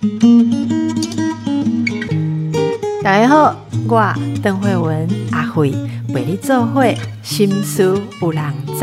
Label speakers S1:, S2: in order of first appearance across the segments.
S1: 大家好，我邓惠文阿惠陪你做伙心事有人知。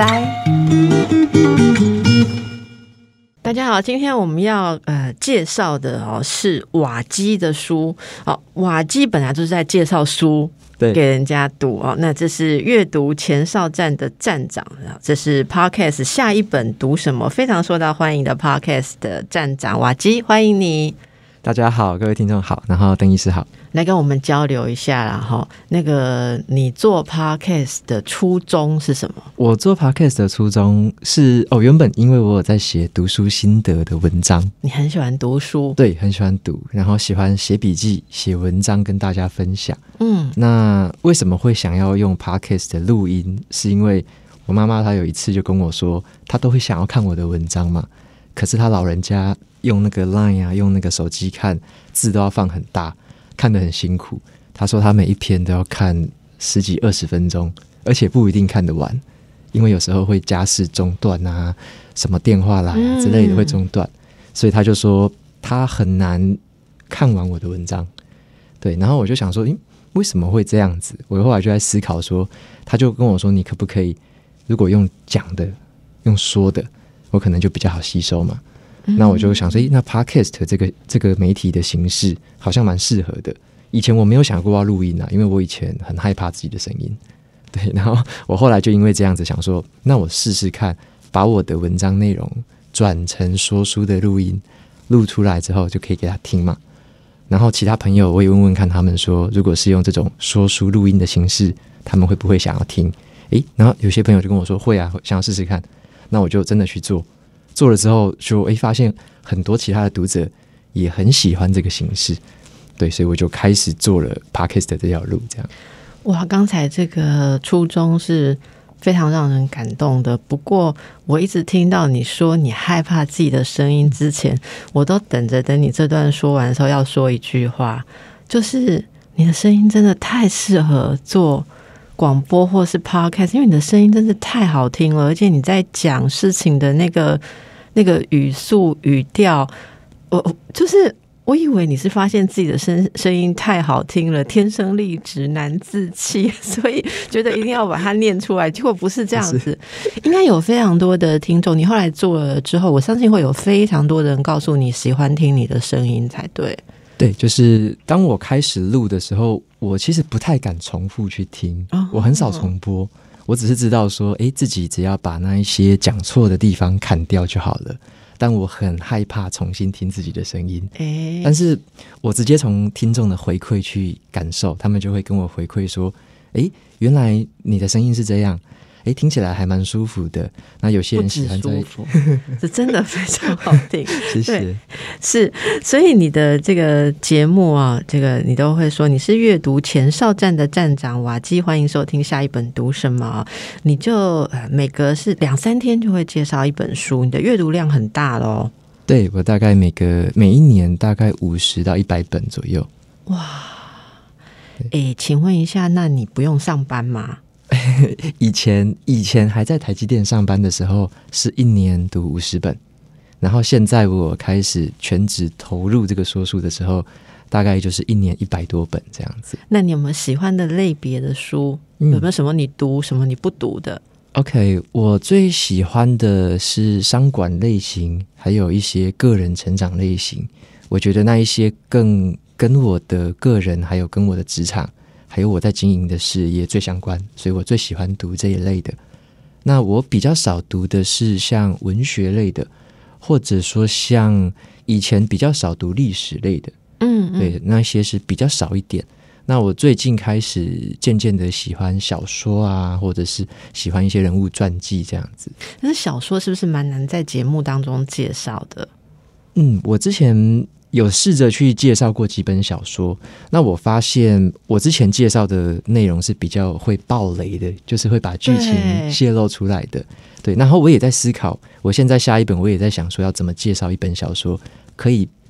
S1: 大家好，今天我们要介绍的是瓦基的书。瓦基本来就是在介绍书给人家读那这是阅读前哨站的站长，这是 Podcast 下一本读什么非常受到欢迎的 Podcast 的站长瓦基，欢迎你。
S2: 大家好，各位听众好，然后邓医师好，
S1: 来跟我们交流一下啦哈。那个你做 podcast 的初衷是什么？
S2: 我做 podcast 的初衷是原本因为我有在写读书心得的文章。
S1: 你很喜欢读书？
S2: 对，很喜欢读，然后喜欢写笔记、写文章跟大家分享。那为什么会想要用 podcast 的录音？是因为我妈妈她有一次就跟我说，她都会想要看我的文章嘛，可是她老人家用那个 Line 用那个手机看，字都要放很大，看得很辛苦。他说他每一篇都要看10几20分钟，而且不一定看得完，因为有时候会家事中断啊，什么电话来之类的会中断，所以他就说他很难看完我的文章。对，然后我就想说为什么会这样子？我后来就在思考说，他就跟我说，你可不可以如果用讲的用说的，我可能就比较好吸收嘛。那我就想说，那 podcast 这个媒体的形式好像蛮适合的。以前我没有想过要录音因为我以前很害怕自己的声音。对，然后我后来就因为这样子想说，那我试试看，把我的文章内容转成说书的录音，录出来之后就可以给他听嘛。然后其他朋友我也问问看他们说，如果是用这种说书录音的形式，他们会不会想要听？然后有些朋友就跟我说会啊，想要试试看。那我就真的去做了之后就发现很多其他的读者也很喜欢这个形式。对，所以我就开始做了 Podcast 这条路。这样，
S1: 哇，刚才这个初衷是非常让人感动的。不过我一直听到你说你害怕自己的声音之前，我都等你这段说完的时候要说一句话，就是你的声音真的太适合做广播或是 podcast， 因为你的声音真的太好听了，而且你在讲事情的那个语速语调，我以为你是发现自己的声音太好听了，天生丽质难自弃，所以觉得一定要把它念出来，结果不是这样子。应该有非常多的听众，你后来做了之后，我相信会有非常多的人告诉你喜欢听你的声音才对。
S2: 对，就是当我开始录的时候，我其实不太敢重复去听，我很少重播，我只是知道说自己只要把那一些讲错的地方砍掉就好了，但我很害怕重新听自己的声音。但是我直接从听众的回馈去感受，他们就会跟我回馈说原来你的声音是这样，听起来还蛮舒服的。那有些人喜欢
S1: 舒服这真的非常好听
S2: 谢谢。
S1: 是，所以你的这个节目这个你都会说你是阅读前哨站的站长瓦基，欢迎收听下一本读什么。你就每隔是2-3天就会介绍一本书，你的阅读量很大咯。
S2: 对，我大概每一年大概50到100本左右。
S1: 哇，请问一下，那你不用上班吗？
S2: 以前还在台积电上班的时候是1年读50本，然后现在我开始全职投入这个说书的时候，大概就是1年100多本这样子。
S1: 那你有没有喜欢的类别的书？有没有什么你读什么你不读的？
S2: OK， 我最喜欢的是商管类型，还有一些个人成长类型。我觉得那一些更跟我的个人还有跟我的职场还有我在经营的事业最相关，所以我最喜欢读这一类的。那我比较少读的是像文学类的，或者说像以前比较少读历史类的，对，那些是比较少一点。那我最近开始渐渐的喜欢小说啊，或者是喜欢一些人物传记这样子。
S1: 但是小说是不是蛮难在节目当中介绍的？
S2: 我之前有试着去介绍过几本小说，那我发现我之前介绍的内容是比较会爆雷的，就是会把剧情泄露出来的。对，然后我也在思考，我现在下一本我也在想说要怎么介绍一本小说可以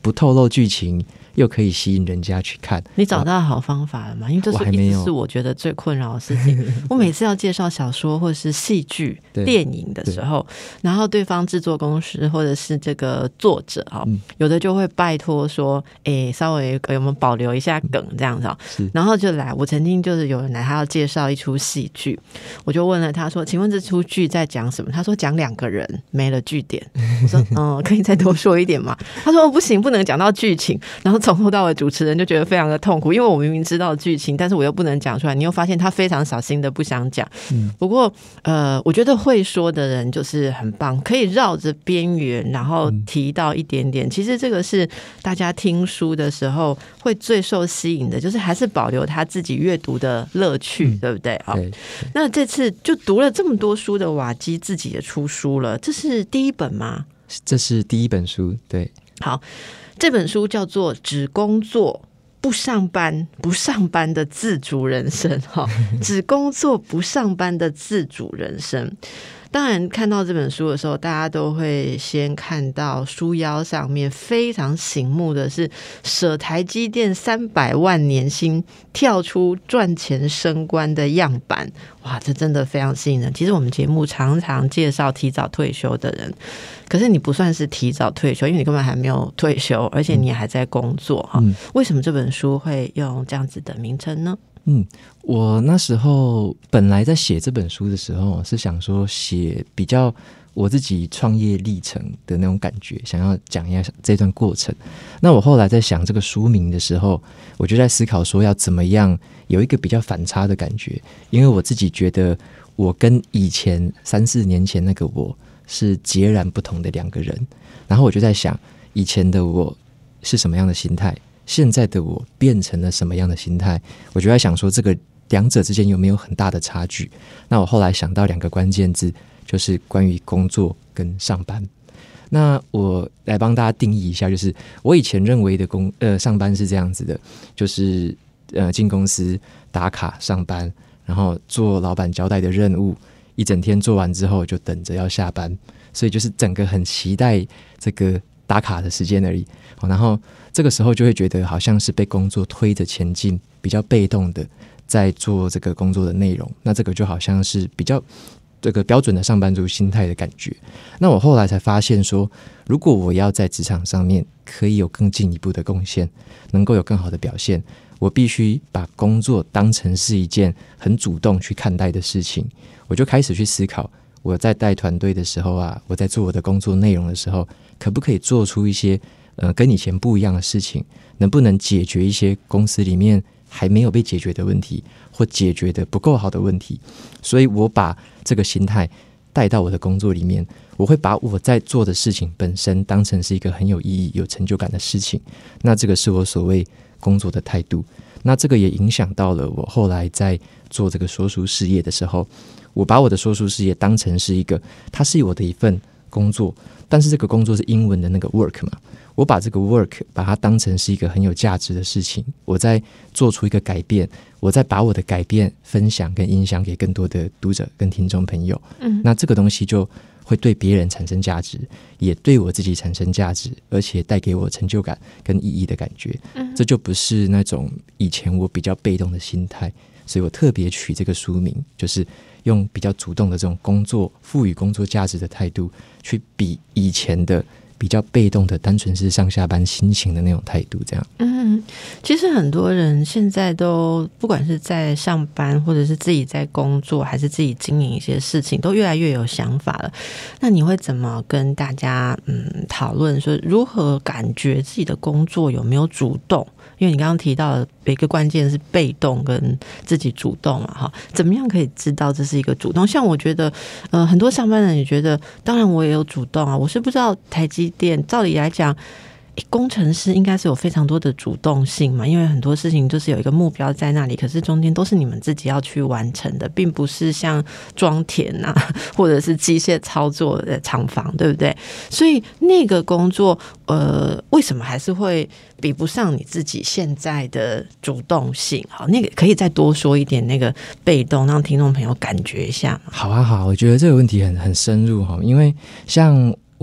S2: 不透露剧情又可以吸引人家去看。
S1: 你找到好方法了吗？因为这是一直是我觉得最困扰的事情。我每次要介绍小说或者是戏剧、电影的时候，然后对方制作公司或者是这个作者有的就会拜托说，稍微有没有保留一下梗这样子然后就来。我曾经就是有人来，他要介绍一出戏剧，我就问了他说：“请问这出剧在讲什么？”他说：“讲2个人没了句点。”我说：“可以再多说一点吗？”他说：“不行，不能讲到剧情。”然后从头到尾主持人就觉得非常的痛苦，因为我明明知道剧情，但是我又不能讲出来。你又发现他非常小心的不想讲。不过我觉得会说的人就是很棒，可以绕着边缘，然后提到一点点。其实这个是大家听书的时候会最受吸引的，就是还是保留他自己阅读的乐趣，对不对？好，那这次就读了这么多书的瓦基自己也出书了，这是第一本吗？
S2: 这是第一本书，对。
S1: 好，这本书叫做《只工作不上班的自主人生》只工作不上班的自主人生。当然看到这本书的时候，大家都会先看到书腰上面非常醒目的是舍台积电300万年薪跳出赚钱升官的样板。哇，这真的非常吸引人。其实我们节目常常介绍提早退休的人，可是你不算是提早退休，因为你根本还没有退休，而且你也还在工作为什么这本书会用这样子的名称呢？
S2: 我那时候本来在写这本书的时候是想说写比较我自己创业历程的那种感觉，想要讲一下这段过程。那我后来在想这个书名的时候，我就在思考说要怎么样有一个比较反差的感觉，因为我自己觉得我跟以前3-4年前那个我是截然不同的2个人。然后我就在想以前的我是什么样的心态，现在的我变成了什么样的心态，我就在想说这个2者之间有没有很大的差距。那我后来想到2个关键字，就是关于工作跟上班。那我来帮大家定义一下，就是我以前认为的上班是这样子的，就是进公司打卡上班，然后做老板交代的任务，一整天做完之后就等着要下班，所以就是整个很期待这个打卡的时间而已。然后这个时候就会觉得好像是被工作推着前进，比较被动的在做这个工作的内容。那这个就好像是比较这个标准的上班族心态的感觉。那我后来才发现说，如果我要在职场上面可以有更进一步的贡献，能够有更好的表现，我必须把工作当成是一件很主动去看待的事情。我就开始去思考，我在带团队的时候我在做我的工作内容的时候，可不可以做出一些跟以前不一样的事情，能不能解决一些公司里面还没有被解决的问题，或解决的不够好的问题。所以我把这个心态带到我的工作里面，我会把我在做的事情本身当成是一个很有意义有成就感的事情。那这个是我所谓工作的态度。那这个也影响到了我后来在做这个说书事业的时候，我把我的说书事业当成是一个，它是我的一份工作，但是这个工作是英文的那个 work 嘛，我把这个 work 把它当成是一个很有价值的事情，我在做出一个改变，我在把我的改变分享跟影响给更多的读者跟听众朋友。那这个东西就会对别人产生价值，也对我自己产生价值，而且带给我成就感跟意义的感觉。这就不是那种以前我比较被动的心态，所以我特别取这个书名，就是用比较主动的这种工作，赋予工作价值的态度，去比以前的比较被动的单纯是上下班心情的那种态度，这样。
S1: 其实很多人现在都不管是在上班，或者是自己在工作，还是自己经营一些事情，都越来越有想法了。那你会怎么跟大家讨论说如何感觉自己的工作有没有主动？因为你刚刚提到的一个关键是被动跟自己主动嘛，怎么样可以知道这是一个主动？像我觉得很多上班人也觉得，当然我也有主动啊，我是不知道台积电照理来讲工程师应该是有非常多的主动性嘛，因为很多事情就是有一个目标在那里，可是中间都是你们自己要去完成的，并不是像装填或者是机械操作的厂房，对不对？所以那个工作为什么还是会比不上你自己现在的主动性？好，那个可以再多说一点那个被动，让听众朋友感觉一下吗？
S2: 好啊，好，我觉得这个问题很深入，因为像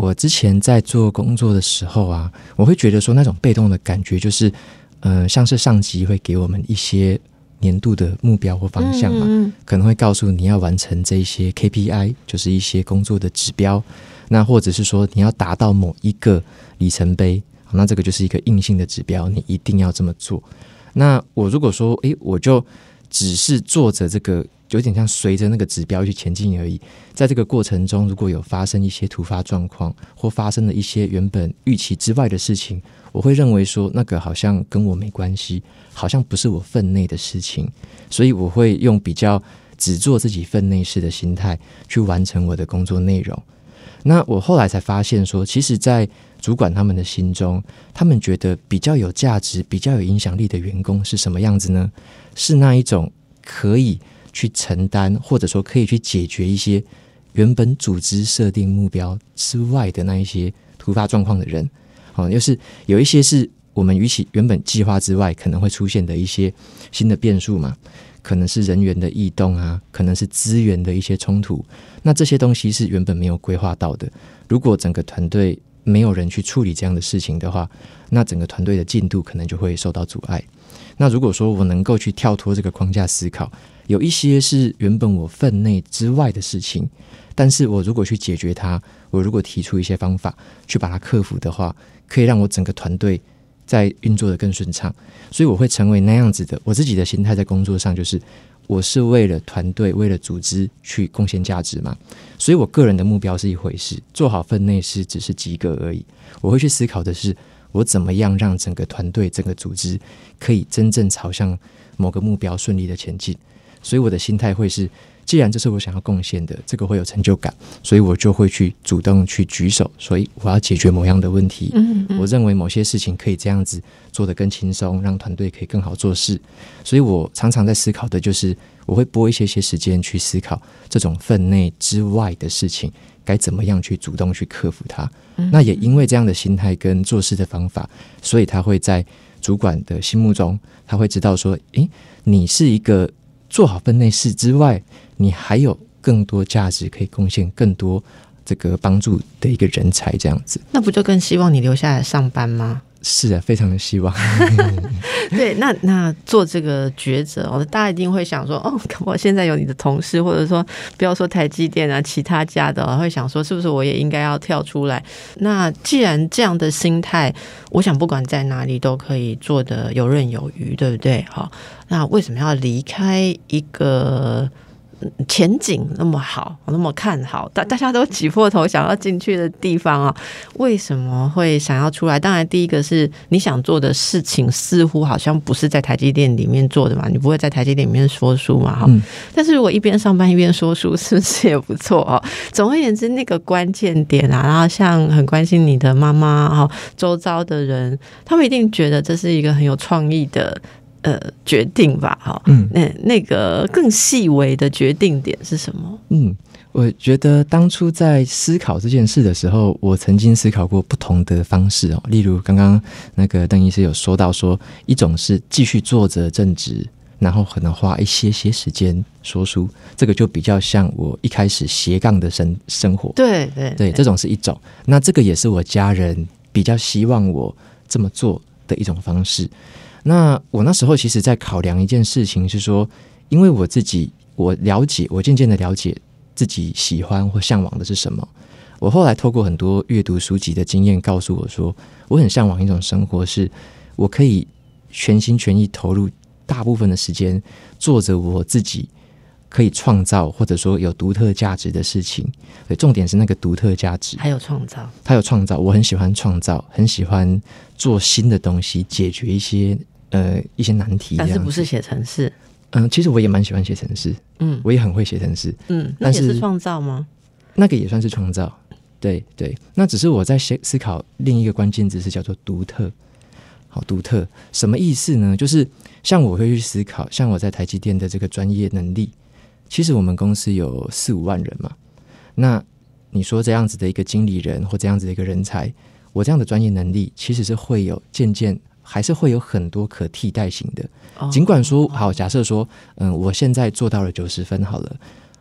S2: 我之前在做工作的时候啊，我会觉得说那种被动的感觉就是，像是上级会给我们一些年度的目标或方向嘛，可能会告诉你要完成这些 KPI， 就是一些工作的指标，那或者是说你要达到某一个里程碑，那这个就是一个硬性的指标，你一定要这么做。那我如果说我就只是做着这个有点像随着那个指标去前进而已，在这个过程中如果有发生一些突发状况，或发生了一些原本预期之外的事情，我会认为说那个好像跟我没关系，好像不是我分内的事情，所以我会用比较只做自己分内事的心态去完成我的工作内容。那我后来才发现说，其实在主管他们的心中，他们觉得比较有价值比较有影响力的员工是什么样子呢？是那一种可以去承担，或者说可以去解决一些原本组织设定目标之外的那一些突发状况的人。就是有一些是我们原本计划之外可能会出现的一些新的变数嘛，可能是人员的异动啊，可能是资源的一些冲突，那这些东西是原本没有规划到的。如果整个团队没有人去处理这样的事情的话，那整个团队的进度可能就会受到阻碍。那如果说我能够去跳脱这个框架思考，有一些是原本我分内之外的事情，但是我如果去解决它，我如果提出一些方法去把它克服的话，可以让我整个团队在运作的更顺畅。所以我会成为那样子的，我自己的心态在工作上就是我是为了团队为了组织去贡献价值嘛，所以我个人的目标是一回事，做好分内事只是及格而已。我会去思考的是我怎么样让整个团队整个组织可以真正朝向某个目标顺利的前进。所以我的心态会是，既然这是我想要贡献的，这个会有成就感，所以我就会去主动去举手，所以我要解决某样的问题。我认为某些事情可以这样子做得更轻松，让团队可以更好做事。所以我常常在思考的就是我会拨一些时间去思考这种分内之外的事情该怎么样去主动去克服它。那也因为这样的心态跟做事的方法，所以他会在主管的心目中，他会知道说你是一个做好分内事之外，你还有更多价值可以贡献更多这个帮助的一个人才，这样子。
S1: 那不就更希望你留下来上班吗？
S2: 是啊，非常的希望。
S1: 对，那做这个抉择，大家一定会想说，我现在有你的同事，或者说不要说台积电啊，其他家的会想说，是不是我也应该要跳出来？那既然这样的心态，我想不管在哪里都可以做得游刃有余，对不对？好，那为什么要离开一个前景那么好那么看好，大家都挤破头想要进去的地方啊，为什么会想要出来？当然第一个是你想做的事情似乎好像不是在台积电里面做的嘛，你不会在台积电里面说书嘛，但是如果一边上班一边说书，是不是也不错哦？总而言之，那个关键点啊，然后像很关心你的妈妈周遭的人，他们一定觉得这是一个很有创意的决定吧。那个更细微的决定点是什么？
S2: 我觉得当初在思考这件事的时候，我曾经思考过不同的方式例如刚刚那个邓医师有说到说，一种是继续做着正职，然后可能花一些时间说书，这个就比较像我一开始斜杠的生活。对，这种是一种。那这个也是我家人比较希望我这么做的一种方式。那我那时候其实在考量一件事情是说，因为我渐渐的了解自己喜欢或向往的是什么。我后来透过很多阅读书籍的经验告诉我说，我很向往一种生活，是我可以全心全意投入大部分的时间做着我自己可以创造或者说有独特价值的事情。对，重点是那个独特价值，还有创造。我很喜欢创造，很喜欢做新的东西，解决一些难题。但是不是写程式？其实我也蛮喜欢写程式，我也很会写程式，
S1: 那也是创造吗？
S2: 那个也算是创造，对，那只是我在思考另一个关键字是叫做独特。好，独特什么意思呢？就是像我会去思考，像我在台积电的这个专业能力，其实我们公司有4-5万人嘛，那你说这样子的一个经理人或这样子的一个人才，我这样的专业能力其实是会有还是会有很多可替代性的。尽管说好，假设说我现在做到了90分好了，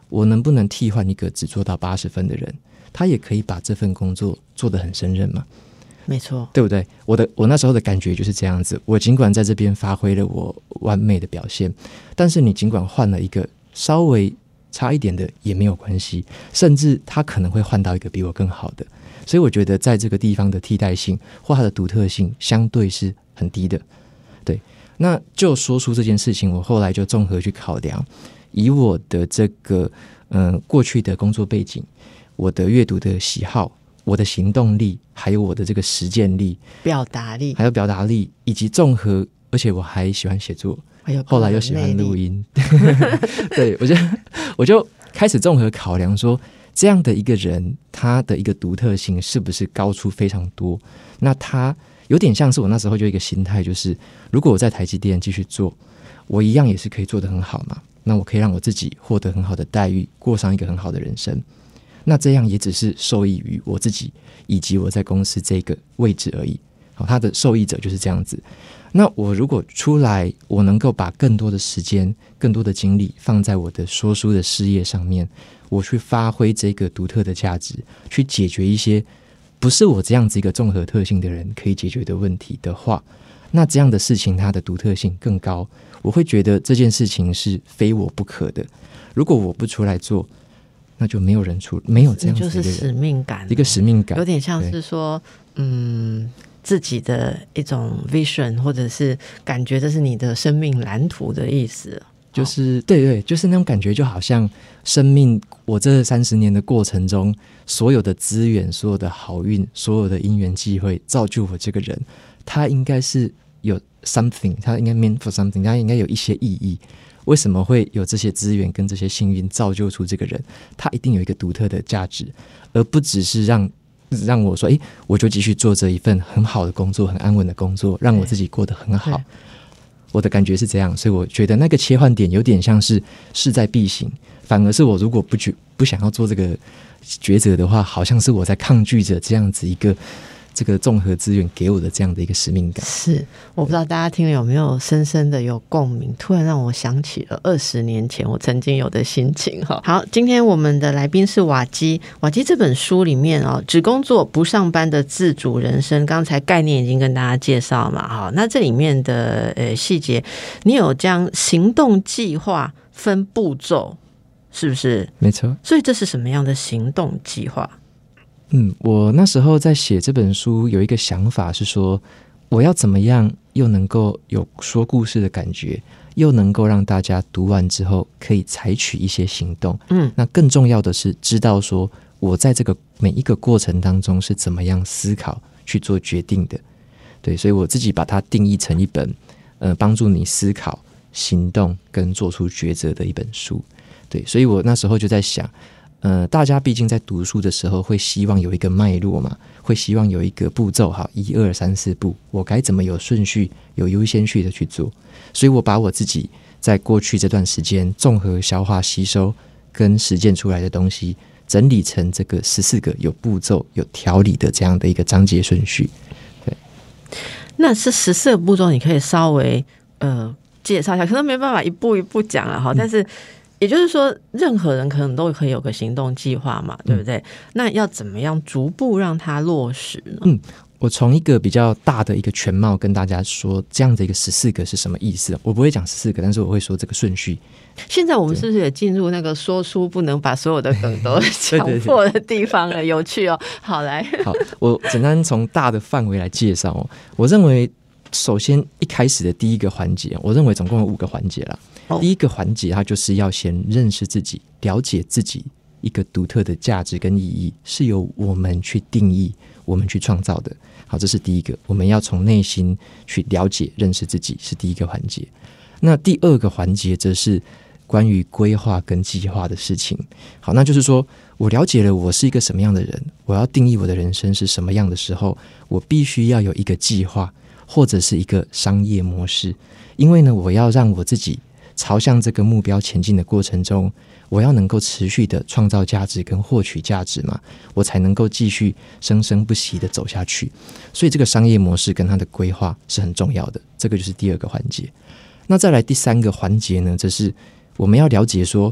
S2: 我能不能替换一个只做到80分的人，他也可以把这份工作做得很胜任嘛？
S1: 没错，
S2: 对不对？我那时候的感觉就是这样子。我尽管在这边发挥了我完美的表现，但是你尽管换了一个稍微差一点的也没有关系，甚至他可能会换到一个比我更好的。所以我觉得在这个地方的替代性或它的独特性相对是很低的。对，那就说出这件事情，我后来就综合去考量，以我的这个过去的工作背景，我的阅读的喜好，我的行动力，还有我的这个实践力、
S1: 表达力，
S2: 还有表达力，以及综合，而且我还喜欢写作，后来又喜欢录音，对，我就开始综合考量说，这样的一个人，他的一个独特性是不是高出非常多？那他有点像是我那时候就一个心态，就是如果我在台积电继续做，我一样也是可以做得很好嘛。那我可以让我自己获得很好的待遇，过上一个很好的人生。那这样也只是受益于我自己以及我在公司这个位置而已。好，他的受益者就是这样子。那我如果出来，我能够把更多的时间、更多的精力放在我的说书的事业上面，我去发挥这个独特的价值，去解决一些不是我这样子一个综合特性的人可以解决的问题的话，那这样的事情它的独特性更高。我会觉得这件事情是非我不可的。如果我不出来做，那就没有人出，没有这样子的人，
S1: 就是使命感，
S2: 一个使命感，
S1: 有点像是说，自己的一种 vision， 或者是感觉这是你的生命蓝图的意思。
S2: 就是对，就是那种感觉，就好像生命，我这30年的过程中，所有的资源、所有的好运、所有的因缘际会，造就我这个人，他应该是有 something， 他应该 meant for something， 他应该有一些意义。为什么会有这些资源跟这些幸运造就出这个人？他一定有一个独特的价值，而不只是让我说，我就继续做这一份很好的工作，很安稳的工作，让我自己过得很好。我的感觉是这样，所以我觉得那个切换点有点像是势在必行，反而是我如果不想要做这个抉择的话，好像是我在抗拒着这样子一个这个综合资源给我的这样的一个使命感。
S1: 是，我不知道大家听了有没有深深的有共鸣，突然让我想起了20年前我曾经有的心情。好，今天我们的来宾是瓦基。瓦基这本书里面只工作不上班的自主人生，刚才概念已经跟大家介绍嘛。好，那这里面的细节，你有将行动计划分步骤，是不是？
S2: 没错。
S1: 所以这是什么样的行动计划？
S2: 我那时候在写这本书有一个想法是说，我要怎么样又能够有说故事的感觉，又能够让大家读完之后可以采取一些行动。那更重要的是知道说我在这个每一个过程当中是怎么样思考去做决定的。对，所以我自己把它定义成一本帮助你思考、行动跟做出抉择的一本书。对，所以我那时候就在想，大家毕竟在读书的时候会希望有一个脉络嘛，会希望有一个步骤，好，1、2、3、4步，我该怎么有顺序、有优先序的去做？所以我把我自己在过去这段时间综合消化、吸收跟实践出来的东西，整理成这个14个有步骤、有条理的这样的一个章节顺序。对，
S1: 那是14个步骤，你可以稍微介绍一下，可能没办法一步一步讲了哈，但是。也就是说，任何人可能都可以有个行动计划嘛，对不对？那要怎么样逐步让它落实呢？
S2: 我从一个比较大的一个全貌跟大家说，这样的一个14个是什么意思？我不会讲14个，但是我会说这个顺序。
S1: 现在我们是不是也进入那个说书不能把所有的梗都讲破的地方了？有趣哦！好，来，
S2: 好，我简单从大的范围来介绍哦。我认为，首先一开始的第一个环节，我认为总共有5个环节啦。第一个环节，它就是要先认识自己，了解自己一个独特的价值跟意义，是由我们去定义、我们去创造的。好，这是第一个，我们要从内心去了解、认识自己，是第一个环节。那第2个环节则是关于规划跟计划的事情。好，那就是说我了解了我是一个什么样的人，我要定义我的人生是什么样的时候，我必须要有一个计划，或者是一个商业模式。因为呢，我要让我自己朝向这个目标前进的过程中，我要能够持续的创造价值跟获取价值嘛，我才能够继续生生不息的走下去。所以这个商业模式跟它的规划是很重要的，这个就是第2个环节。那再来第3个环节呢，则是我们要了解说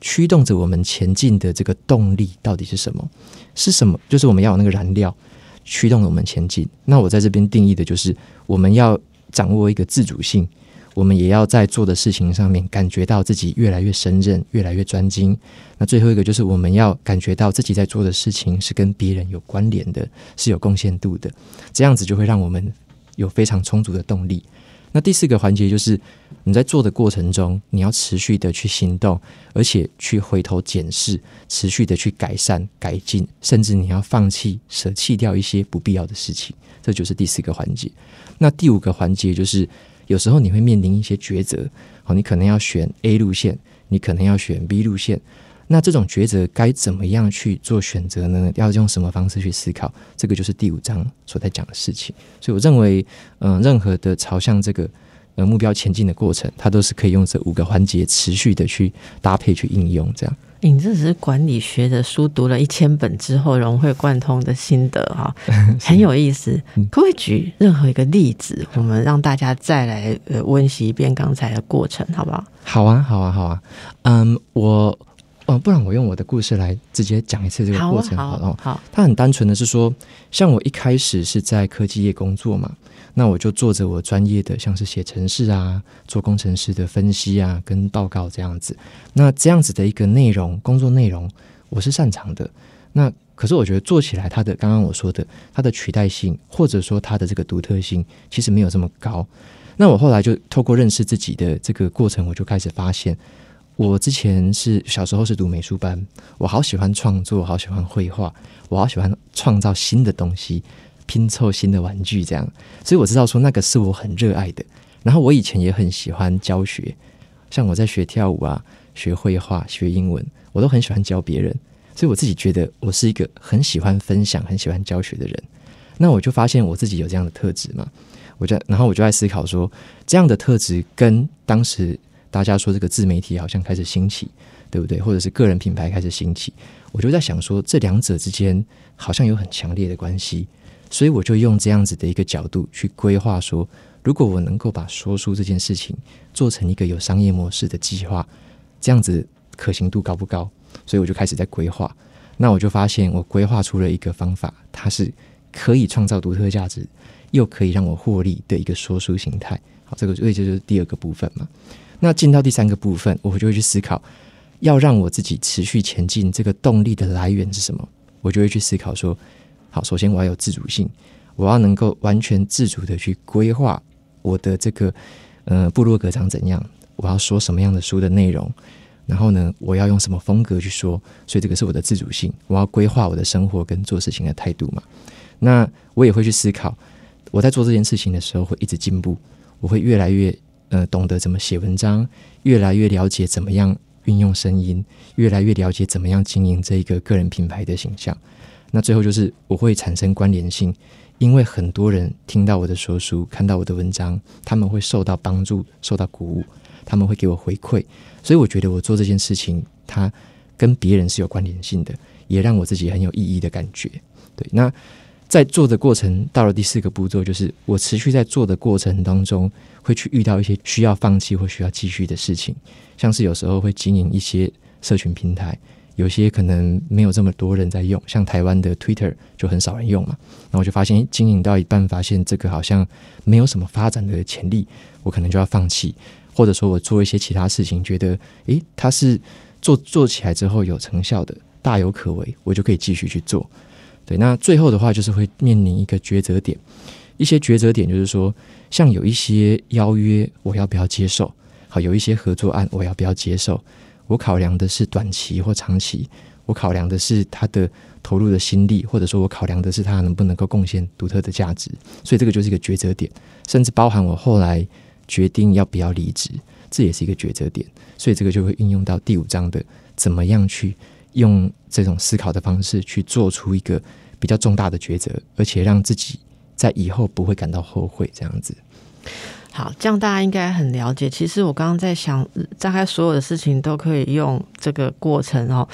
S2: 驱动着我们前进的这个动力到底是什么？是什么？就是我们要有那个燃料驱动了我们前进。那我在这边定义的就是我们要掌握一个自主性，我们也要在做的事情上面感觉到自己越来越胜任，越来越专精。那最后一个就是我们要感觉到自己在做的事情是跟别人有关联的，是有贡献度的，这样子就会让我们有非常充足的动力。那第4个环节就是你在做的过程中，你要持续的去行动，而且去回头检视，持续的去改善改进，甚至你要放弃舍弃掉一些不必要的事情，这就是第4个环节。那第5个环节就是有时候你会面临一些抉择，你可能要选 A 路线，你可能要选 B 路线，那这种抉择该怎么样去做选择呢？要用什么方式去思考？这个就是第5章所在讲的事情。所以我认为任何的朝向这个目标前进的过程，它都是可以用这5个环节持续的去搭配去应用。这样
S1: 你这只是管理学的书读了1000本之后融会贯通的心得哈，很有意思。可不可以举任何一个例子，我们让大家再来温习一遍刚才的过程，好不好？
S2: 好啊，好啊，好啊。不然我用我的故事来直接讲一次这个过程好了。
S1: 好，
S2: 它很单纯的是说，像我一开始是在科技业工作嘛，那我就做着我专业的，像是写程式啊，做工程师的分析啊，跟报告这样子。那这样子的一个内容，工作内容，我是擅长的。那可是我觉得做起来，它的刚刚我说的，它的取代性，或者说它的这个独特性，其实没有这么高。那我后来就透过认识自己的这个过程，我就开始发现。我之前是小时候是读美术班，我好喜欢创作，好喜欢绘画，我好喜欢创造新的东西，拼凑新的玩具这样，所以我知道说那个是我很热爱的。然后我以前也很喜欢教学，像我在学跳舞啊，学绘画，学英文，我都很喜欢教别人，所以我自己觉得我是一个很喜欢分享，很喜欢教学的人。那我就发现我自己有这样的特质嘛，然后我就在思考说，这样的特质跟当时大家说这个自媒体好像开始兴起，对不对？或者是个人品牌开始兴起，我就在想说这两者之间好像有很强烈的关系，所以我就用这样子的一个角度去规划说，如果我能够把说书这件事情做成一个有商业模式的计划，这样子可行度高不高？所以我就开始在规划。那我就发现我规划出了一个方法，它是可以创造独特价值又可以让我获利的一个说书形态。好，这个就是第2个部分嘛。那进到第3个部分，我就会去思考要让我自己持续前进这个动力的来源是什么。我就会去思考说，好，首先我要有自主性，我要能够完全自主的去规划我的这个部落格长怎样，我要说什么样的书的内容，然后呢我要用什么风格去说，所以这个是我的自主性，我要规划我的生活跟做事情的态度嘛。那我也会去思考，我在做这件事情的时候会一直进步，我会越来越懂得怎么写文章，越来越了解怎么样运用声音，越来越了解怎么样经营这一个个人品牌的形象。那最后就是我会产生关联性，因为很多人听到我的说书，看到我的文章，他们会受到帮助，受到鼓舞，他们会给我回馈，所以我觉得我做这件事情它跟别人是有关联性的，也让我自己很有意义的感觉。对，那在做的过程到了第4个步骤，就是我持续在做的过程当中会去遇到一些需要放弃或需要继续的事情，像是有时候会经营一些社群平台，有些可能没有这么多人在用，像台湾的 Twitter 就很少人用嘛，然后我就发现经营到一半发现这个好像没有什么发展的潜力，我可能就要放弃，或者说我做一些其他事情觉得它是做起来之后有成效的，大有可为，我就可以继续去做。对，那最后的话就是会面临一个抉择点，一些抉择点就是说，像有一些邀约我要不要接受，好，有一些合作案我要不要接受，我考量的是短期或长期，我考量的是他的投入的心力，或者说我考量的是他能不能够贡献独特的价值，所以这个就是一个抉择点，甚至包含我后来决定要不要离职，这也是一个抉择点，所以这个就会运用到第5章的怎么样去用这种思考的方式去做出一个比较重大的抉择，而且让自己在以后不会感到后悔，这样子。
S1: 好，这样大家应该很了解。其实我刚刚在想，大概所有的事情都可以用这个过程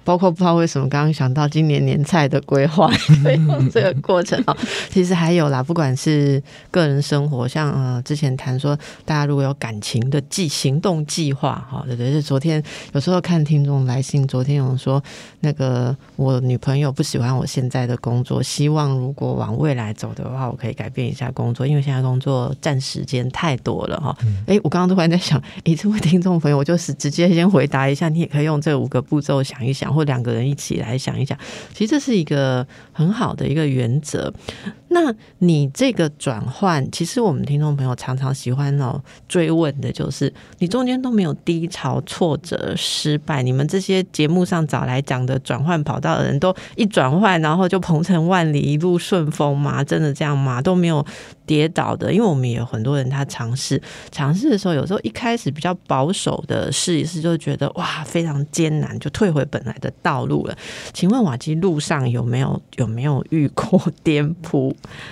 S1: 包括不知道为什么刚刚想到今年年菜的规划这个过程其实还有啦，不管是个人生活，像之前谈说大家如果有感情的行动计划对对，就昨天有时候看听众来信，昨天有人说那个我女朋友不喜欢我现在的工作，希望如果往未来走的话我可以改变一下工作，因为现在工作占时间太多了我刚刚突然在想这位听众朋友，我就直接先回答一下，你也可以用这5个步骤想一想，或2个人一起来想一想，其实这是一个很好的一个原则。那你这个转换，其实我们听众朋友常常喜欢追问的就是你中间都没有低潮、挫折、失败，你们这些节目上找来讲的转换跑道的人都一转换然后就鹏程万里一路顺风吗？真的这样吗？都没有跌倒的？因为我们也有很多人他尝试的时候，有时候一开始比较保守的试一试就觉得哇非常艰难，就退回本来的道路了。请问瓦基路上有没有遇过颠簸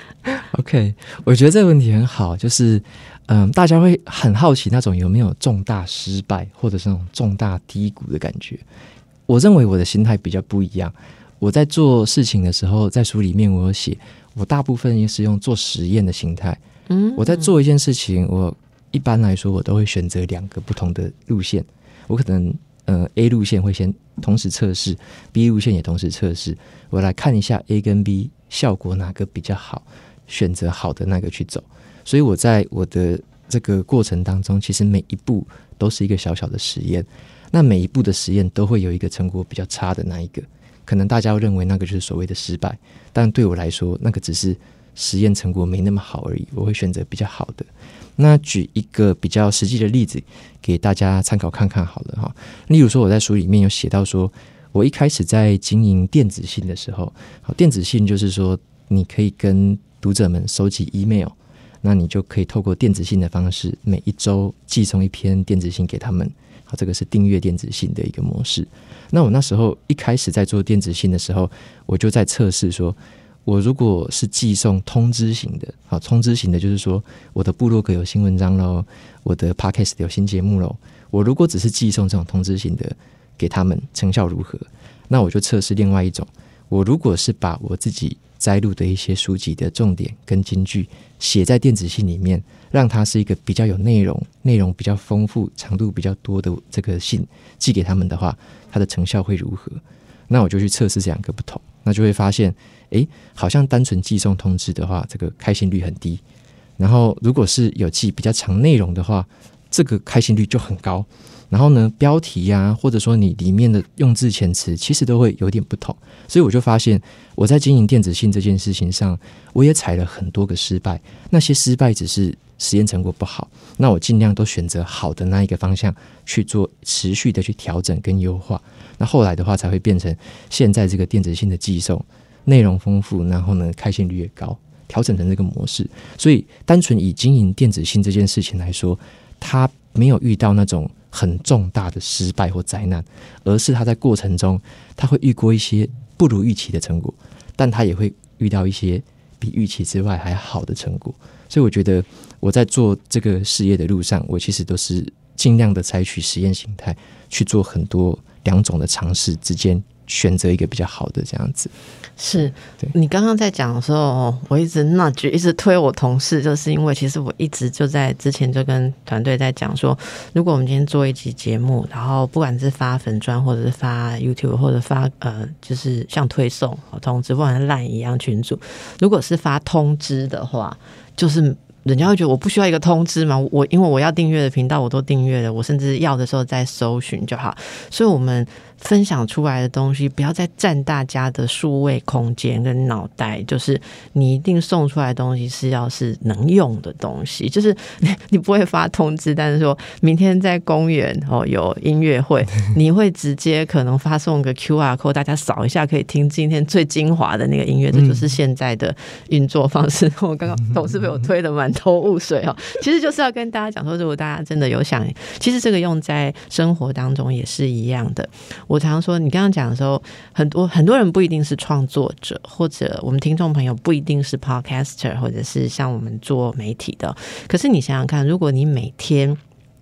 S2: ？OK， 我觉得这个问题很好，就是大家会很好奇那种有没有重大失败或者是那种重大低谷的感觉。我认为我的心态比较不一样，我在做事情的时候，在书里面我有写，我大部分也是用做实验的心态。我在做一件事情，我一般来说我都会选择2个不同的路线，我可能A 路线会先同时测试， B 路线也同时测试，我来看一下 A 跟 B 效果哪个比较好，选择好的那个去走。所以我在我的这个过程当中，其实每一步都是一个小小的实验，那每一步的实验都会有一个成果比较差的那一个，可能大家认为那个就是所谓的失败，但对我来说那个只是实验成果没那么好而已，我会选择比较好的。那举一个比较实际的例子给大家参考看看好了例如说我在书里面有写到说，我一开始在经营电子信的时候，电子信就是说你可以跟读者们收集 email， 那你就可以透过电子信的方式每一周寄送一篇电子信给他们，这个是订阅电子信的一个模式。那我那时候一开始在做电子信的时候，我就在测试说，我如果是寄送通知型的，通知型的就是说我的部落格有新文章咯，我的 podcast 有新节目咯，我如果只是寄送这种通知型的给他们，成效如何？那我就测试另外一种，我如果是把我自己摘录的一些书籍的重点跟金句写在电子信里面，让它是一个比较有内容比较丰富、长度比较多的这个信寄给他们的话，它的成效会如何？那我就去测试这2个不同，那就会发现好像单纯寄送通知的话，这个开信率很低，然后如果是有寄比较长内容的话，这个开信率就很高。然后呢，标题或者说你里面的用字遣词其实都会有点不同。所以我就发现我在经营电子信这件事情上，我也踩了很多个失败，那些失败只是实验成果不好，那我尽量都选择好的那一个方向去做，持续的去调整跟优化，那后来的话才会变成现在这个电子信的寄送内容丰富，然后呢开信率也高，调整成这个模式。所以单纯以经营电子信这件事情来说，它没有遇到那种很重大的失败或灾难，而是他在过程中他会遇过一些不如预期的成果，但他也会遇到一些比预期之外还好的成果。所以我觉得我在做这个事业的路上，我其实都是尽量的采取实验形态去做很多2种的尝试之间选择一个比较好的这样子。
S1: 是你刚刚在讲的时候，我一直nudge一直推我同事，就是因为其实我一直就在之前就跟团队在讲说，如果我们今天做一集节目，然后不管是发粉专或者是发 YouTube 或者发就是像推送通知，不管是 LINE 一样群组，如果是发通知的话，就是人家会觉得我不需要一个通知嘛，因为我要订阅的频道我都订阅了，我甚至要的时候再搜寻就好。所以我们分享出来的东西不要再占大家的数位空间跟脑袋，就是你一定送出来的东西是要是能用的东西，就是你不会发通知，但是说明天在公园有音乐会，你会直接可能发送个 QR code， 大家扫一下可以听今天最精华的那个音乐，这就是现在的运作方式。我刚刚董事被我推得满头雾水其实就是要跟大家讲说，如果大家真的有想，其实这个用在生活当中也是一样的。我常说你刚刚讲的时候，很多人不一定是创作者，或者我们听众朋友不一定是 podcaster， 或者是像我们做媒体的，可是你想想看，如果你每天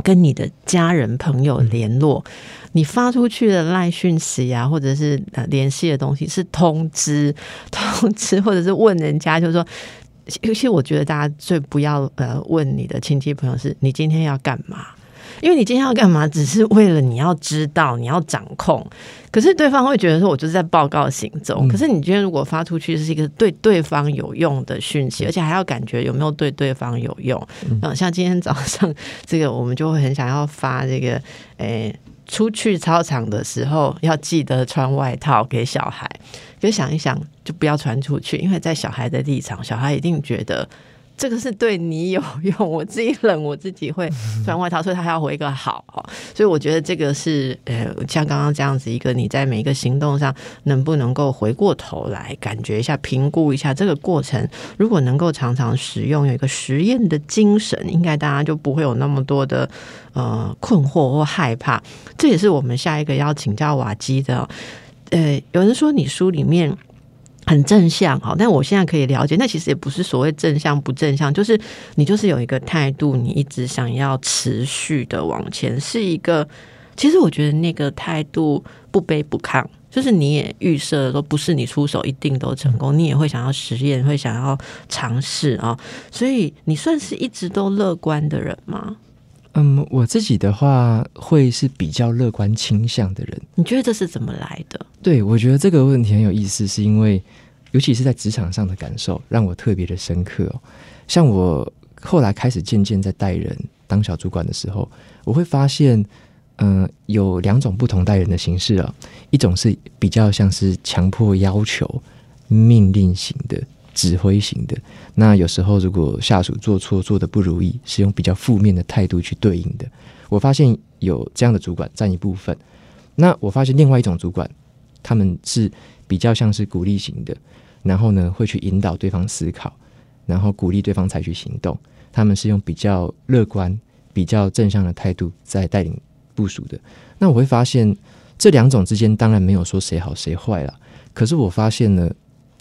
S1: 跟你的家人朋友联络，你发出去的赖讯息啊，或者是联系的东西是通知，或者是问人家，就是说，尤其我觉得大家最不要问你的亲戚朋友是你今天要干嘛。因为你今天要干嘛只是为了你要知道你要掌控，可是对方会觉得说我就是在报告行踪，可是你今天如果发出去是一个对对方有用的讯息，而且还要感觉有没有对对方有用。像今天早上这个我们就会很想要发这个出去操场的时候要记得穿外套给小孩，就想一想就不要传出去，因为在小孩的立场，小孩一定觉得这个是对你有用，我自己冷我自己会穿外套，所以他还要回一个好。所以我觉得这个是像刚刚这样子一个你在每一个行动上能不能够回过头来感觉一下，评估一下这个过程，如果能够常常使用，有一个实验的精神，应该大家就不会有那么多的困惑或害怕。这也是我们下一个要请教瓦基的。有人说你书里面很正向，但我现在可以了解，那其实也不是所谓正向不正向，就是你就是有一个态度，你一直想要持续的往前，是一个，其实我觉得那个态度不卑不亢，就是你也预设说不是你出手一定都成功，你也会想要实验，会想要尝试啊，所以你算是一直都乐观的人吗？
S2: 我自己的话会是比较乐观倾向的人。
S1: 你觉得这是怎么来的？
S2: 对，我觉得这个问题很有意思，是因为尤其是在职场上的感受让我特别的深刻。像我后来开始渐渐在带人当小主管的时候，我会发现有2种不同带人的形式啊。一种是比较像是强迫要求命令型的指挥型的，那有时候如果下属做错做得不如意，是用比较负面的态度去对应的。我发现有这样的主管占一部分，那我发现另外一种主管他们是比较像是鼓励型的，然后呢会去引导对方思考，然后鼓励对方采取行动，他们是用比较乐观比较正向的态度在带领部属的。那我会发现这2种之间当然没有说谁好谁坏啦，可是我发现呢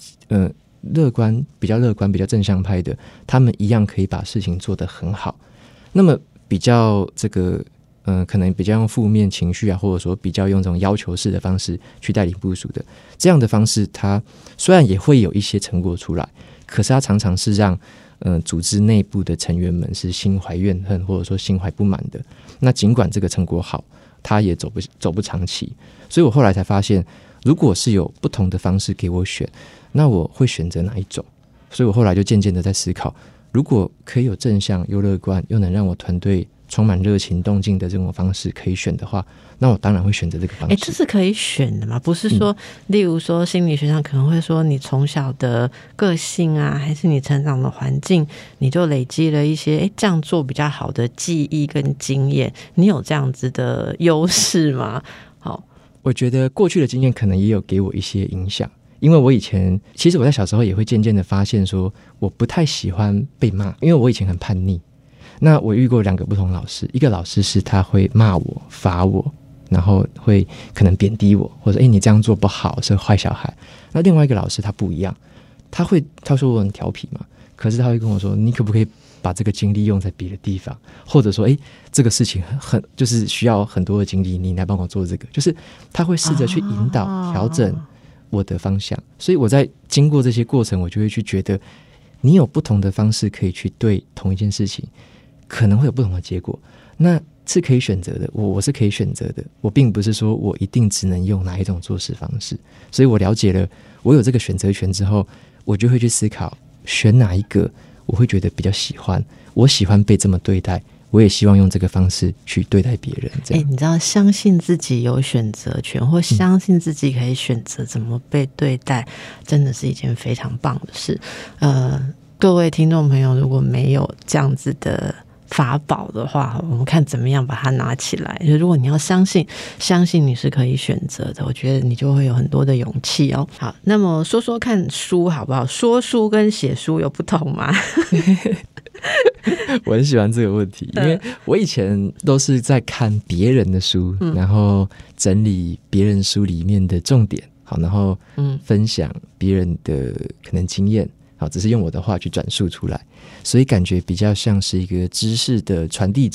S2: 比较乐观比较正向派的，他们一样可以把事情做得很好。那么比较这个可能比较用负面情绪啊，或者说比较用这种要求式的方式去带领部属的，这样的方式它虽然也会有一些成果出来，可是它常常是让组织内部的成员们是心怀怨恨或者说心怀不满的。那尽管这个成果好，它也走不长期。所以我后来才发现，如果是有不同的方式给我选，那我会选择哪一种？所以我后来就渐渐的在思考，如果可以有正向又乐观又能让我团队充满热情动静的这种方式可以选的话，那我当然会选择这个方式。
S1: 这是可以选的吗？不是说例如说心理学上可能会说你从小的个性啊，还是你成长的环境，你就累积了一些这样做比较好的记忆跟经验，你有这样子的优势吗？好，
S2: 我觉得过去的经验可能也有给我一些影响，因为我以前其实我在小时候也会渐渐的发现说我不太喜欢被骂，因为我以前很叛逆。那我遇过2个不同老师，一个老师是他会骂我罚我，然后会可能贬低我，或者你这样做不好，是坏小孩。那另外一个老师他不一样，他说我很调皮嘛，可是他会跟我说你可不可以把这个精力用在别的地方，或者说这个事情就是需要很多的精力，你来帮我做这个，就是他会试着去引导调整我的方向。所以我在经过这些过程，我就会去觉得你有不同的方式可以去对同一件事情，可能会有不同的结果，那是可以选择的。我是可以选择的，我并不是说我一定只能用哪一种做事方式。所以我了解了我有这个选择权之后，我就会去思考选哪一个我会觉得比较喜欢，我喜欢被这么对待，我也希望用这个方式去对待别人。这样
S1: 你知道相信自己有选择权，或相信自己可以选择怎么被对待，真的是一件非常棒的事。各位听众朋友，如果没有这样子的法宝的话，我们看怎么样把它拿起来。如果你要相信你是可以选择的，我觉得你就会有很多的勇气哦。好，那么说说看书好不好？说书跟写书有不同吗？
S2: 我很喜欢这个问题，因为我以前都是在看别人的书，然后整理别人书里面的重点，好，然后分享别人的可能经验，好，只是用我的话去转述出来，所以感觉比较像是一个知识的传递者，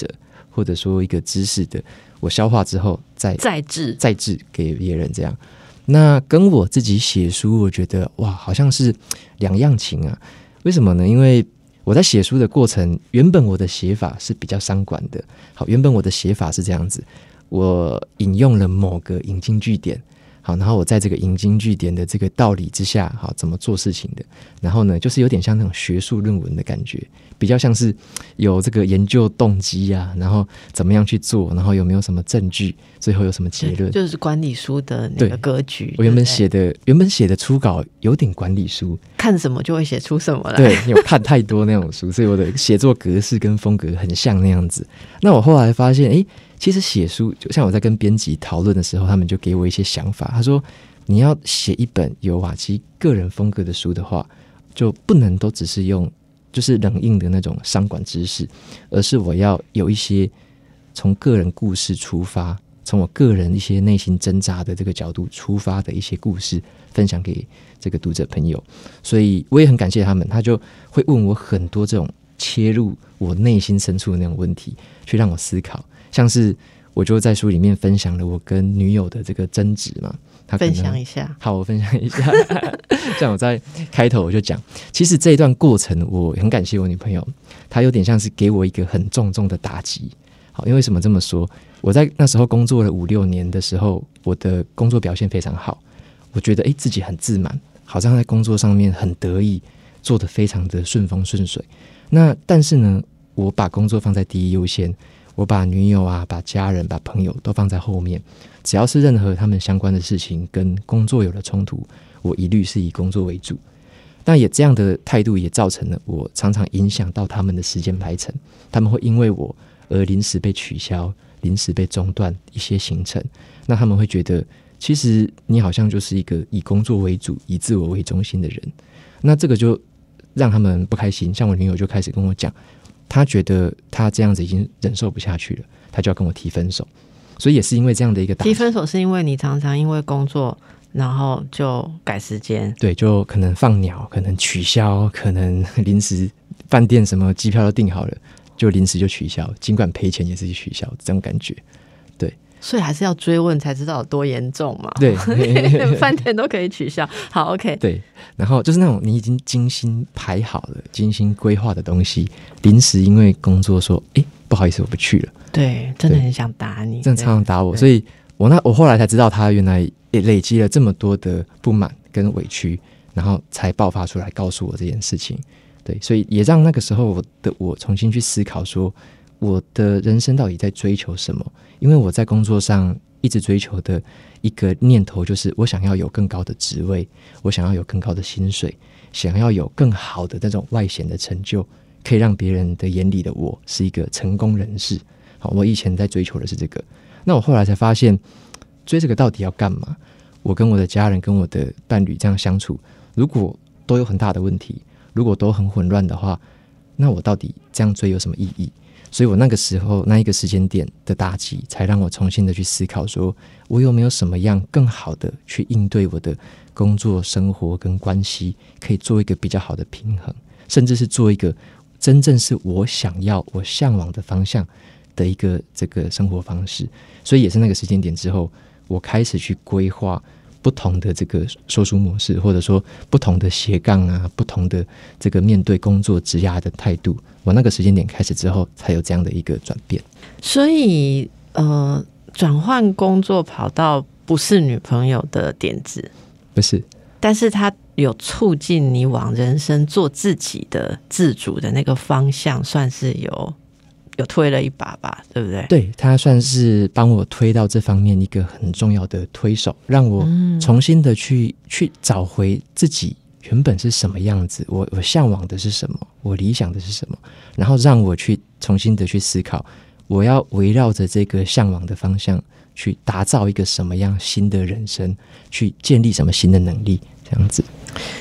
S2: 或者说一个知识的，我消化之后再制给别人这样。那跟我自己写书，我觉得哇，好像是两样情啊。为什么呢？因为我在写书的过程，原本我的写法是比较商管的。好，原本我的写法是这样子，我引用了某个引经据典。好，然后我在这个引经据典的这个道理之下，好，怎么做事情的，然后呢，就是有点像那种学术论文的感觉，比较像是有这个研究动机啊，然后怎么样去做，然后有没有什么证据，最后有什么结论，
S1: 就是管理书的那个格局。
S2: 我原本写的初稿有点管理书，
S1: 看什么就会写出什么来。
S2: 对，因为我看太多那种书，所以我的写作格式跟风格很像那样子。那我后来发现，其实写书，就像我在跟编辑讨论的时候，他们就给我一些想法。他说，你要写一本有瓦基个人风格的书的话，就不能都只是用就是冷硬的那种商管知识，而是我要有一些从个人故事出发，从我个人一些内心挣扎的这个角度出发的一些故事，分享给这个读者朋友。所以我也很感谢他们，他就会问我很多这种切入我内心深处的那种问题，去让我思考。像是我就在书里面分享了我跟女友的这个争执嘛，
S1: 分享一下。
S2: 好，我分享一下。像我在开头我就讲，其实这一段过程我很感谢我女朋友，她有点像是给我一个很重重的打击。好，因为什么这么说？我在那时候工作了5-6年的时候，我的工作表现非常好，我觉得自己很自满，好像在工作上面很得意，做得非常的顺风顺水。那但是呢，我把工作放在第一优先，我把女友啊、把家人、把朋友都放在后面，只要是任何他们相关的事情跟工作有了冲突，我一律是以工作为主。但也这样的态度也造成了我常常影响到他们的时间排程，他们会因为我而临时被取消、临时被中断一些行程。那他们会觉得，其实你好像就是一个以工作为主、以自我为中心的人。那这个就让他们不开心，像我女友就开始跟我讲，她觉得她这样子已经忍受不下去了，她就要跟我提分手。所以也是因为这样的一个打击。
S1: 提分手是因为你常常因为工作然后就改时间。
S2: 对，就可能放鸟，可能取消，可能临时饭店什么机票都订好了，就临时就取消，尽管赔钱也是取消，这种感觉。对，
S1: 所以还是要追问才知道有多严重嘛。
S2: 对，
S1: 饭店都可以取消。好 OK。
S2: 对，然后就是那种你已经精心排好了、精心规划的东西，临时因为工作说不好意思我不去了。
S1: 对，真的很想打你，
S2: 真的常常打我。所以我后来才知道他原来也累积了这么多的不满跟委屈，然后才爆发出来告诉我这件事情。对，所以也让那个时候我重新去思考说，我的人生到底在追求什么。因为我在工作上一直追求的一个念头就是我想要有更高的职位，我想要有更高的薪水，想要有更好的那种外显的成就，可以让别人的眼里的我是一个成功人士。好，我以前在追求的是这个。那我后来才发现，追这个到底要干嘛？我跟我的家人跟我的伴侣这样相处，如果都有很大的问题，如果都很混乱的话，那我到底这样追有什么意义？所以我那个时候那一个时间点的打击，才让我重新的去思考说，我有没有什么样更好的去应对我的工作生活跟关系，可以做一个比较好的平衡，甚至是做一个真正是我想要我向往的方向的一个这个生活方式。所以也是那个时间点之后，我开始去规划不同的这个说书模式，或者说不同的斜杠啊，不同的这个面对工作职涯的态度。我那个时间点开始之后，才有这样的一个转变。
S1: 所以转换工作跑到不是女朋友的点子，
S2: 不是，但
S1: 是它有促进你往人生做自己的自主的那个方向，算是有推了一把吧，对不对？
S2: 对，他算是帮我推到这方面一个很重要的推手，让我重新的去找回自己原本是什么样子，我向往的是什么，我理想的是什么，然后让我去重新的去思考，我要围绕着这个向往的方向去打造一个什么样新的人生，去建立什么新的能力，这样子。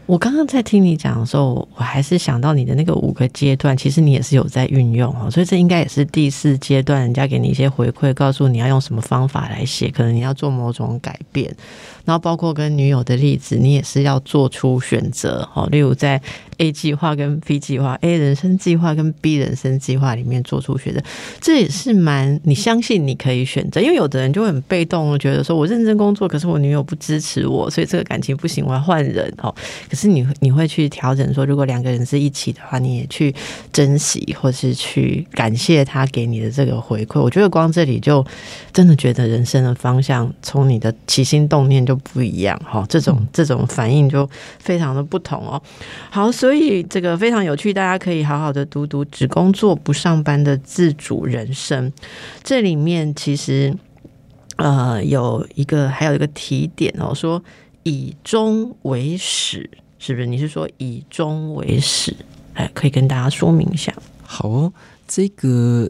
S1: 我刚刚在听你讲的时候，我还是想到你的那个5个阶段，其实你也是有在运用哦，所以这应该也是第4阶段，人家给你一些回馈，告诉你要用什么方法来写，可能你要做某种改变，然后包括跟女友的例子，你也是要做出选择哦，例如在 A 计划跟 B 计划 A 人生计划跟 B 人生计划里面做出选择，这也是蛮你相信你可以选择，因为有的人就会很被动，觉得说我认真工作，可是我女友不支持我，所以这个感情不行，我要换人哦。可是你会去调整说，如果2个人是一起的话，你也去珍惜或是去感谢他给你的这个回馈。我觉得光这里就真的觉得人生的方向从你的起心动念就不一样哈，这种反应就非常的不同哦。好，所以这个非常有趣，大家可以好好的读读《只工作不上班的自主人生》。这里面其实还有一个提点哦，说以终为始，是不是？你是说以终为始？可以跟大家说明一下。
S2: 好哦，这个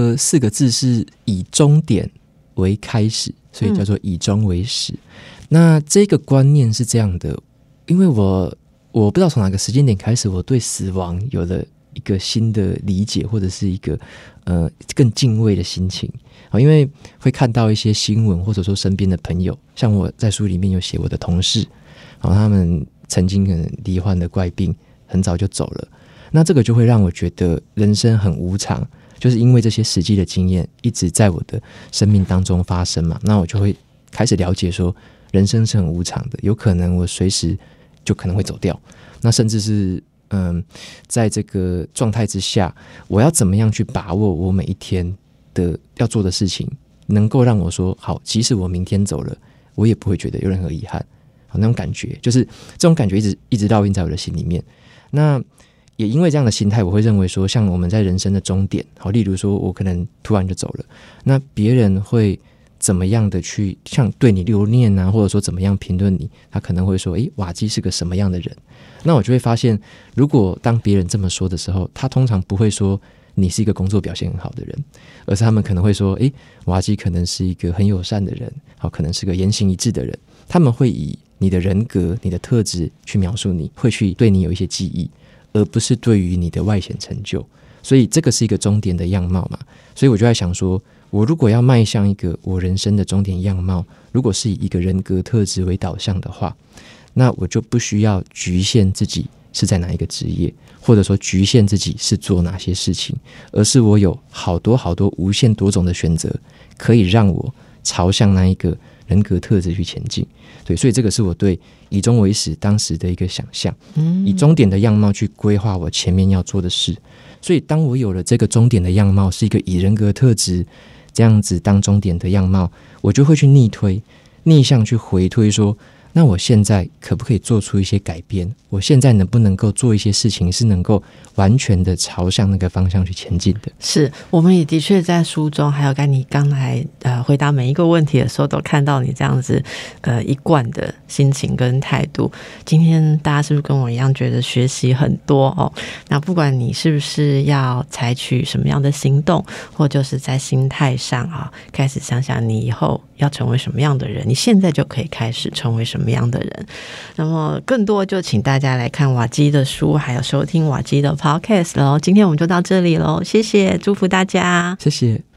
S2: 4个字是以终点为开始，所以叫做以终为始。那这个观念是这样的，因为我不知道从哪个时间点开始，我对死亡有了一个新的理解，或者是一个更敬畏的心情。因为会看到一些新闻，或者说身边的朋友，像我在书里面有写我的同事，他们曾经可能罹患的怪病，很早就走了。那这个就会让我觉得人生很无常，就是因为这些实际的经验一直在我的生命当中发生嘛，那我就会开始了解说人生是很无常的，有可能我随时就可能会走掉，那甚至是在这个状态之下，我要怎么样去把握我每一天的要做的事情，能够让我说好，即使我明天走了，我也不会觉得有任何遗憾。好，那种感觉，就是这种感觉一直烙印在我的心里面。那也因为这样的心态，我会认为说，像我们在人生的终点，好，例如说我可能突然就走了，那别人会怎么样的去像对你留念啊，或者说怎么样评论你，他可能会说瓦基是个什么样的人。那我就会发现，如果当别人这么说的时候，他通常不会说你是一个工作表现很好的人，而是他们可能会说瓦基可能是一个很友善的人，好，可能是个言行一致的人。他们会以你的人格、你的特质去描述你，会去对你有一些记忆，而不是对于你的外显成就。所以这个是一个终点的样貌嘛，所以我就在想说，我如果要迈向一个我人生的终点样貌，如果是以一个人格特质为导向的话，那我就不需要局限自己是在哪一个职业，或者说局限自己是做哪些事情，而是我有好多好多无限多种的选择，可以让我朝向那一个人格特质去前进。对，所以这个是我对以终为始当时的一个想象，以终点的样貌去规划我前面要做的事。所以当我有了这个终点的样貌，是一个以人格特质这样子当终点的样貌，我就会去逆向去回推说，那我现在可不可以做出一些改变？我现在能不能够做一些事情是能够完全的朝向那个方向去前进的？是，
S1: 我们也的确在书中，还有你刚才回答每一个问题的时候，都看到你这样子一贯的心情跟态度。今天大家是不是跟我一样觉得学习很多哦？那不管你是不是要采取什么样的行动，或就是在心态上开始想想你以后要成为什么样的人，你现在就可以开始成为什么样的人。那么更多就请大家来看瓦基的书，还有收听瓦基的 podcast 咯。今天我们就到这里咯，谢谢，祝福大家，
S2: 谢谢。